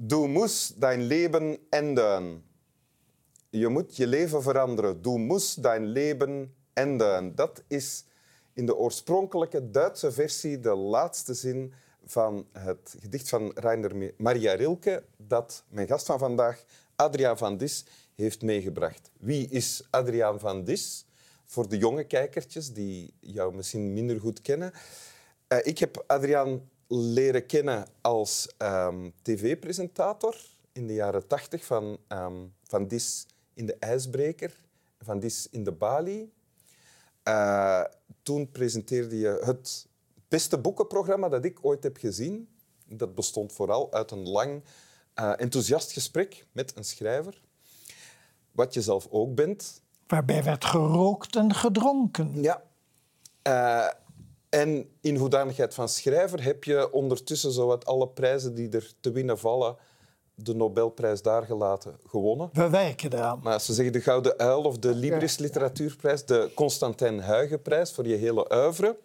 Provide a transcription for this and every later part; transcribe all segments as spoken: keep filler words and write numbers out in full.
Du musst dein Leben ändern. Je moet je leven veranderen. Du musst dein Leben ändern. Dat is in de oorspronkelijke Duitse versie de laatste zin van het gedicht van Rainer Maria Rilke dat mijn gast van vandaag, Adriaan van Dis, heeft meegebracht. Wie is Adriaan van Dis? Voor de jonge kijkertjes die jou misschien minder goed kennen. Uh, ik heb Adriaan leren kennen als um, tv-presentator in de jaren tachtig van um, Van Dis in de IJsbreker, Van Dis in de Bali. Uh, toen presenteerde je het beste boekenprogramma dat ik ooit heb gezien. Dat bestond vooral uit een lang, uh, enthousiast gesprek met een schrijver. Wat je zelf ook bent. Waarbij werd gerookt en gedronken. Ja. Uh, en in hoedanigheid van schrijver heb je ondertussen zowat alle prijzen die er te winnen vallen, de Nobelprijs daar gelaten, gewonnen. We werken eraan. Maar ze zeggen de Gouden Uil of de Libris Literatuurprijs, de Constantijn Huygens-prijs voor je hele oeuvre.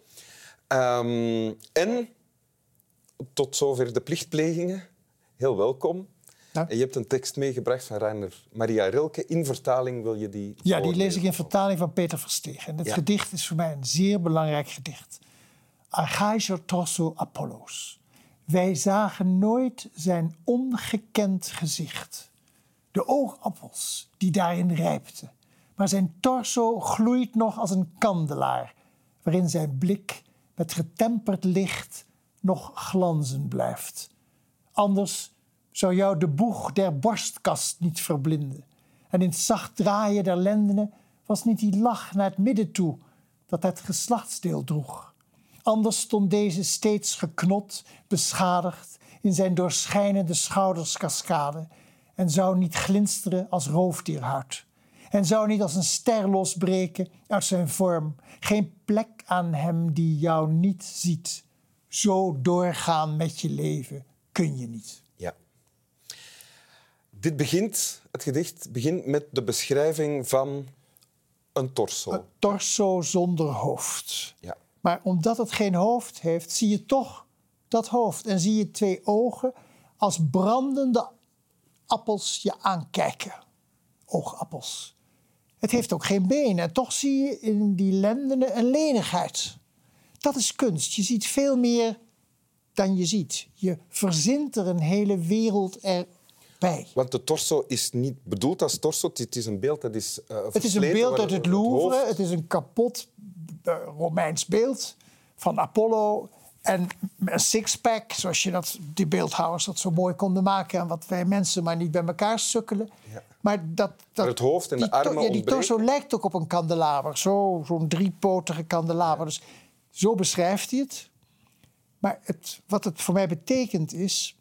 Um, en tot zover de plichtplegingen. Heel welkom. Ja. En je hebt een tekst meegebracht van Rainer Maria Rilke. In vertaling wil je die... Ja, die lees ik in vertaling van Peter Verstegen. En het ja. gedicht is voor mij een zeer belangrijk gedicht. Archaischer torso Apollos. Wij zagen nooit zijn ongekend gezicht. De oogappels die daarin rijpten. Maar zijn torso gloeit nog als een kandelaar, waarin zijn blik met getemperd licht nog glanzen blijft. Anders zou jou de boeg der borstkast niet verblinden. En in het zacht draaien der lendenen was niet die lach naar het midden toe dat het geslachtsdeel droeg. Anders stond deze steeds geknot, beschadigd in zijn doorschijnende schouderskaskade en zou niet glinsteren als roofdierhuid. En zou niet als een ster losbreken uit zijn vorm. Geen plek aan hem die jou niet ziet. Zo doorgaan met je leven kun je niet. Ja. Dit begint, het gedicht begint met de beschrijving van een torso. Een torso zonder hoofd. Ja. Maar omdat het geen hoofd heeft, zie je toch dat hoofd. En zie je twee ogen als brandende appels je aankijken. Oogappels. Het heeft ook geen benen. En toch zie je in die lendenen een lenigheid. Dat is kunst. Je ziet veel meer dan je ziet. Je verzint er een hele wereld erbij. Want de torso is niet bedoeld als torso. Het is een beeld dat is uh, Het is een beeld uit het Louvre. Het, het is een kapot uh, Romeins beeld van Apollo. En een sixpack, zoals je dat, die beeldhouwers dat zo mooi konden maken. En wat wij mensen maar niet bij elkaar sukkelen. Ja. Maar, dat, dat, maar het hoofd en de armen to- ja, die torso lijkt ook op een kandelaber. Zo, zo'n driepotige kandelaber. Ja. Dus zo beschrijft hij het. Maar het, wat het voor mij betekent is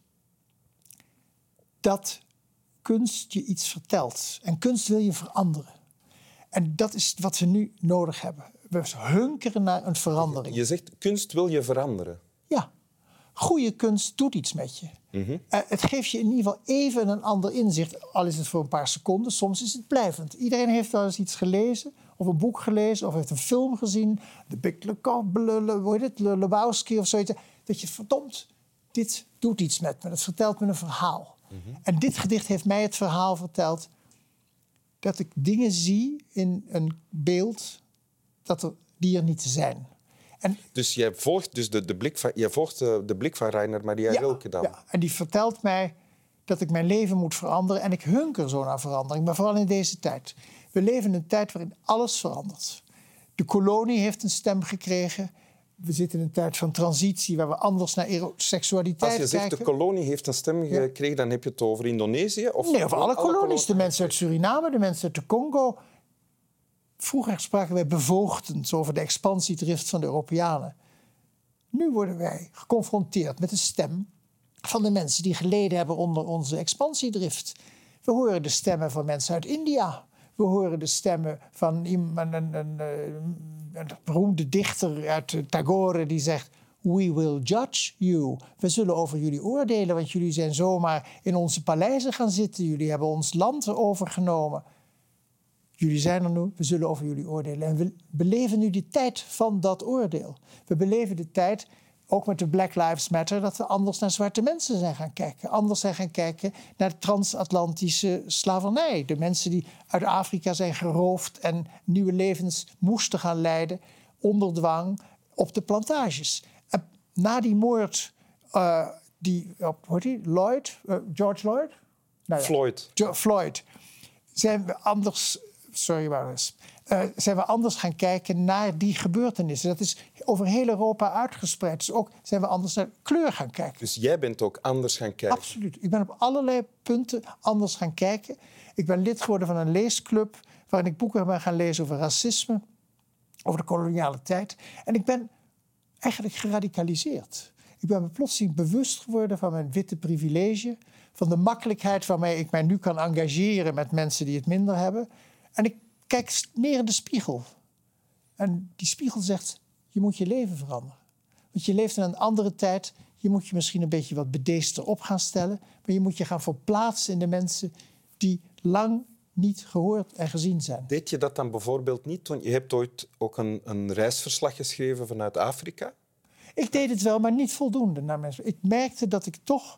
dat kunst je iets vertelt. En kunst wil je veranderen. En dat is wat we nu nodig hebben. We hunkeren naar een verandering. Je zegt, kunst wil je veranderen. Ja. Goede kunst doet iets met je. Mm-hmm. Uh, het geeft je in ieder geval even een ander inzicht. Al is het voor een paar seconden. Soms is het blijvend. Iedereen heeft wel eens iets gelezen. Of een boek gelezen. Of heeft een film gezien. De Big Lebowski of zoiets. Dat je, verdomd, dit doet iets met me. Dat vertelt me een verhaal. Mm-hmm. En dit gedicht heeft mij het verhaal verteld dat ik dingen zie in een beeld dat er, die er niet zijn. En, dus jij volgt, dus de, de, blik van, jij volgt de, de blik van Rainer Maria ja, Rilke dan? Ja, en die vertelt mij dat ik mijn leven moet veranderen. En ik hunker zo naar verandering, maar vooral in deze tijd. We leven in een tijd waarin alles verandert. De kolonie heeft een stem gekregen. We zitten in een tijd van transitie waar we anders naar seksualiteit kijken. Als je zegt kijken. de kolonie heeft een stem gekregen, ja. dan heb je het over Indonesië? Of nee, over alle, alle kolonies. kolonies. De mensen uit Suriname, de mensen uit de Congo. Vroeger spraken wij bevoogdend over de expansiedrift van de Europeanen. Nu worden wij geconfronteerd met de stem van de mensen die geleden hebben onder onze expansiedrift. We horen de stemmen van mensen uit India. We horen de stemmen van een, een, een, een, een beroemde dichter uit Tagore die zegt: We will judge you. We zullen over jullie oordelen, want jullie zijn zomaar in onze paleizen gaan zitten. Jullie hebben ons land overgenomen. Jullie zijn er nu, we zullen over jullie oordelen. En we beleven nu de tijd van dat oordeel. We beleven de tijd ook met de Black Lives Matter, dat we anders naar zwarte mensen zijn gaan kijken. Anders zijn gaan kijken naar de transatlantische slavernij. De mensen die uit Afrika zijn geroofd en nieuwe levens moesten gaan leiden onder dwang op de plantages. En na die moord, uh, die, uh, hoe heet die? Lloyd? Uh, George Lloyd? Nou ja. Floyd. Jo- Floyd. Zijn we anders... Sorry, maar eens. Uh, zijn we anders gaan kijken naar die gebeurtenissen. Dat is over heel Europa uitgespreid. Dus ook zijn we anders naar kleur gaan kijken. Dus jij bent ook anders gaan kijken? Absoluut. Ik ben op allerlei punten anders gaan kijken. Ik ben lid geworden van een leesclub waarin ik boeken ben gaan lezen over racisme, over de koloniale tijd. En ik ben eigenlijk geradicaliseerd. Ik ben me plotseling bewust geworden van mijn witte privilege, van de makkelijkheid waarmee ik mij nu kan engageren met mensen die het minder hebben. En ik kijk meer in de spiegel. En die spiegel zegt, je moet je leven veranderen. Want je leeft in een andere tijd. Je moet je misschien een beetje wat bedeesder op gaan stellen. Maar je moet je gaan verplaatsen in de mensen die lang niet gehoord en gezien zijn. Deed je dat dan bijvoorbeeld niet? Want je hebt ooit ook een, een reisverslag geschreven vanuit Afrika. Ik deed het wel, maar niet voldoende naar mensen. Ik merkte dat ik toch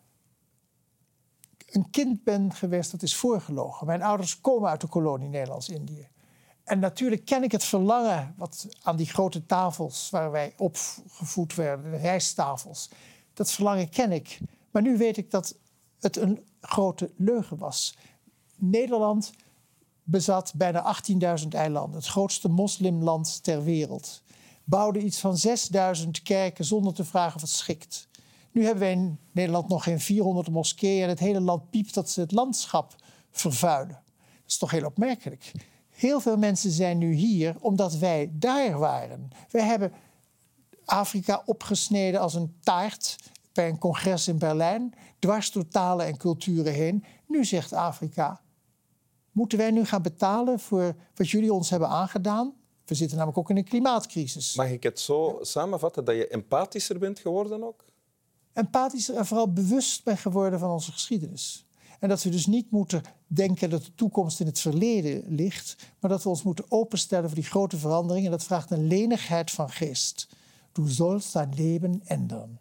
een kind ben geweest dat is voorgelogen. Mijn ouders komen uit de kolonie Nederlands-Indië. En natuurlijk ken ik het verlangen wat aan die grote tafels waar wij opgevoed werden, de rijsttafels. Dat verlangen ken ik. Maar nu weet ik dat het een grote leugen was. Nederland bezat bijna achttienduizend eilanden. Het grootste moslimland ter wereld. Bouwde iets van zesduizend kerken zonder te vragen of het schikt. Nu hebben wij in Nederland nog geen vierhonderd moskeeën en het hele land piept dat ze het landschap vervuilen. Dat is toch heel opmerkelijk. Heel veel mensen zijn nu hier omdat wij daar waren. Wij hebben Afrika opgesneden als een taart bij een congres in Berlijn, dwars door talen en culturen heen. Nu zegt Afrika, moeten wij nu gaan betalen voor wat jullie ons hebben aangedaan? We zitten namelijk ook in een klimaatcrisis. Mag ik het zo samenvatten dat je empathischer bent geworden ook? Empathischer en vooral bewust ben geworden van onze geschiedenis. En dat we dus niet moeten denken dat de toekomst in het verleden ligt, maar dat we ons moeten openstellen voor die grote veranderingen. En dat vraagt een lenigheid van geest. Du sollst dein Leben ändern.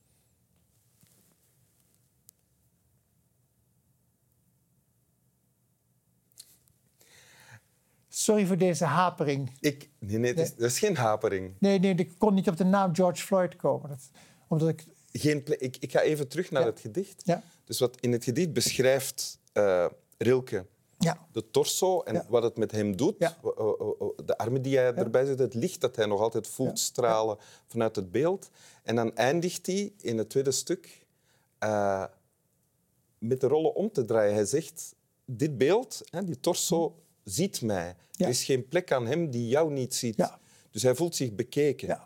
Sorry voor deze hapering. Ik, nee, nee, het is, dat is geen hapering. Nee, nee, ik kon niet op de naam George Floyd komen. Dat, omdat ik... Geen ple- ik, ik ga even terug naar Ja. het gedicht. Ja. Dus wat in het gedicht beschrijft uh, Rilke Ja. de torso en Ja. wat het met hem doet. Ja. De armen die hij erbij zet, het licht dat hij nog altijd voelt Ja. stralen vanuit het beeld. En dan eindigt hij in het tweede stuk uh, met de rollen om te draaien. Hij zegt, dit beeld, hè, die torso, ziet mij. Ja. Er is geen plek aan hem die jou niet ziet. Ja. Dus hij voelt zich bekeken. Ja.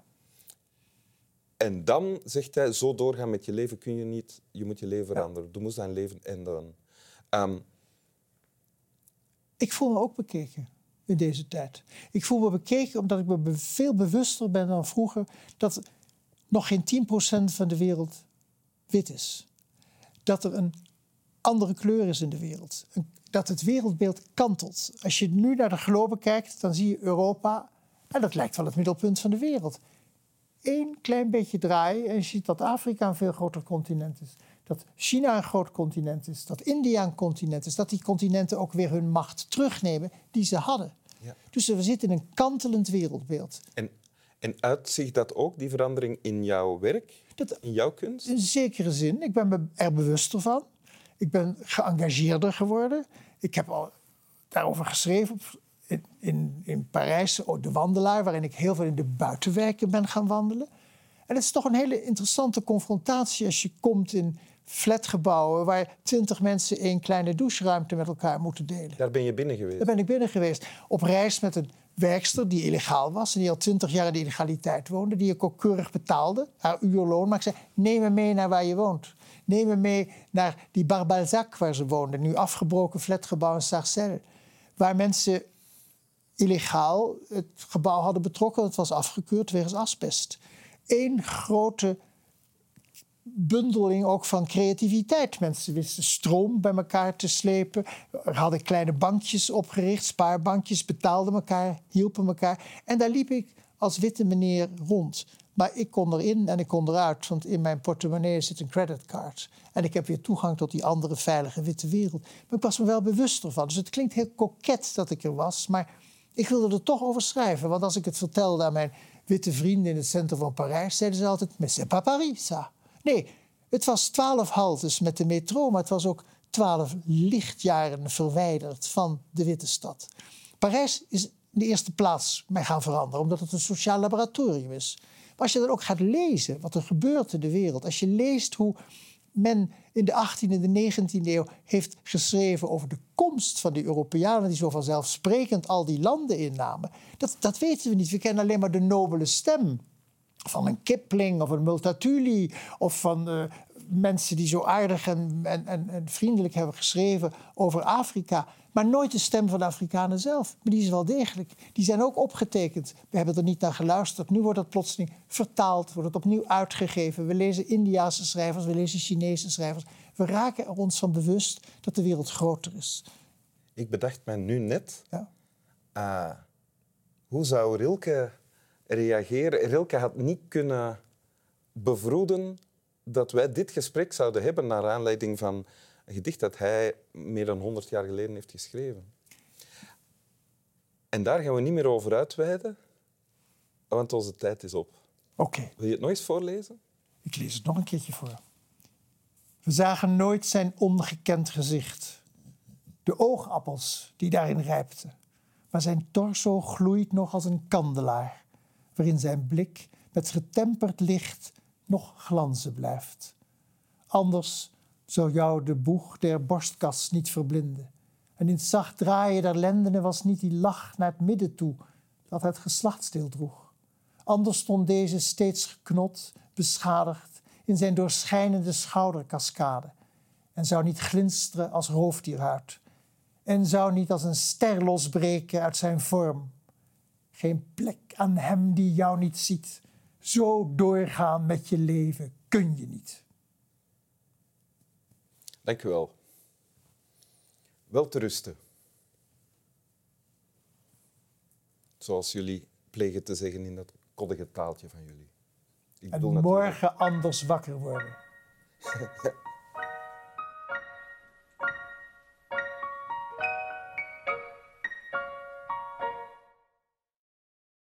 En dan zegt hij, zo doorgaan met je leven kun je niet. Je moet je leven veranderen. Je moet zijn leven ändern. Um, Ik voel me ook bekeken in deze tijd. Ik voel me bekeken omdat ik me be- veel bewuster ben dan vroeger dat nog geen tien procent van de wereld wit is. Dat er een andere kleur is in de wereld. Een- dat het wereldbeeld kantelt. Als je nu naar de globe kijkt, dan zie je Europa, en dat lijkt wel het middelpunt van de wereld. Eén klein beetje draaien en je ziet dat Afrika een veel groter continent is. Dat China een groot continent is. Dat India een continent is. Dat die continenten ook weer hun macht terugnemen die ze hadden. Ja. Dus we zitten in een kantelend wereldbeeld. en, en uitzicht dat ook, die verandering, in jouw werk? Dat, In jouw kunst? in zekere zin. Ik ben me er bewuster van. Ik ben geëngageerder geworden. Ik heb al daarover geschreven op, in, in, in Parijs, De Wandelaar, waarin ik heel veel in de buitenwijken ben gaan wandelen. En het is toch een hele interessante confrontatie als je komt in flatgebouwen waar twintig mensen één kleine doucheruimte met elkaar moeten delen. Daar ben je binnen geweest. Daar ben ik binnen geweest. Op reis met een werkster die illegaal was en die al twintig jaar in de illegaliteit woonde, die ik ook keurig betaalde, haar uurloon. Maar ik zei, neem me mee naar waar je woont. Neem me mee naar die Bar Balzac waar ze woonden, nu afgebroken flatgebouw in Sarcelles. Waar mensen illegaal het gebouw hadden betrokken. Het was afgekeurd wegens asbest. Eén grote bundeling ook van creativiteit. Mensen wisten stroom bij elkaar te slepen. Er hadden kleine bankjes opgericht, spaarbankjes, betaalden elkaar, hielpen elkaar. En daar liep ik als witte meneer rond. Maar ik kon erin en ik kon eruit, want in mijn portemonnee zit een creditcard. En ik heb weer toegang tot die andere veilige witte wereld. Maar ik was me wel bewust ervan. Dus het klinkt heel koket dat ik er was, maar ik wilde er toch over schrijven. Want als ik het vertelde aan mijn witte vrienden in het centrum van Parijs, zeiden ze altijd, mais c'est pas Paris, ça. Nee, het was twaalf haltes met de metro, maar het was ook twaalf lichtjaren verwijderd van de witte stad. Parijs is in de eerste plaats mij gaan veranderen, omdat het een sociaal laboratorium is. Maar als je dan ook gaat lezen wat er gebeurt in de wereld, als je leest hoe men in de achttiende en de negentiende eeuw heeft geschreven over de komst van die Europeanen die zo vanzelfsprekend al die landen innamen, dat, dat weten we niet. We kennen alleen maar de nobele stem van een Kipling of een Multatuli of van uh, mensen die zo aardig en, en, en, en vriendelijk hebben geschreven over Afrika. Maar nooit de stem van de Afrikanen zelf. Maar die is wel degelijk. Die zijn ook opgetekend. We hebben er niet naar geluisterd. Nu wordt het plotseling vertaald, wordt het opnieuw uitgegeven. We lezen Indiase schrijvers, we lezen Chinese schrijvers. We raken er ons van bewust dat de wereld groter is. Ik bedacht mij nu net, Ja. uh, hoe zou Rilke reageren? Rilke had niet kunnen bevroeden dat wij dit gesprek zouden hebben naar aanleiding van een gedicht dat hij meer dan honderd jaar geleden heeft geschreven. En daar gaan we niet meer over uitweiden, want onze tijd is op. Oké. Okay. Wil je het nog eens voorlezen? Ik lees het nog een keertje voor. We zagen nooit zijn ongekend gezicht. De oogappels die daarin rijpten. Maar zijn torso gloeit nog als een kandelaar, waarin zijn blik met getemperd licht nog glanzen blijft. Anders zou jou de boeg der borstkas niet verblinden. En in het zacht draaien der lendenen was niet die lach naar het midden toe, dat het geslachtsdeel droeg. Anders stond deze steeds geknot, beschadigd, in zijn doorschijnende schouderkaskade. En zou niet glinsteren als roofdierhuid. En zou niet als een ster losbreken uit zijn vorm. Geen plek aan hem die jou niet ziet. Zo doorgaan met je leven kun je niet. Dank u wel. Wel te rusten. Zoals jullie plegen te zeggen in dat koddige taaltje van jullie. Ik en morgen natuurlijk anders wakker worden.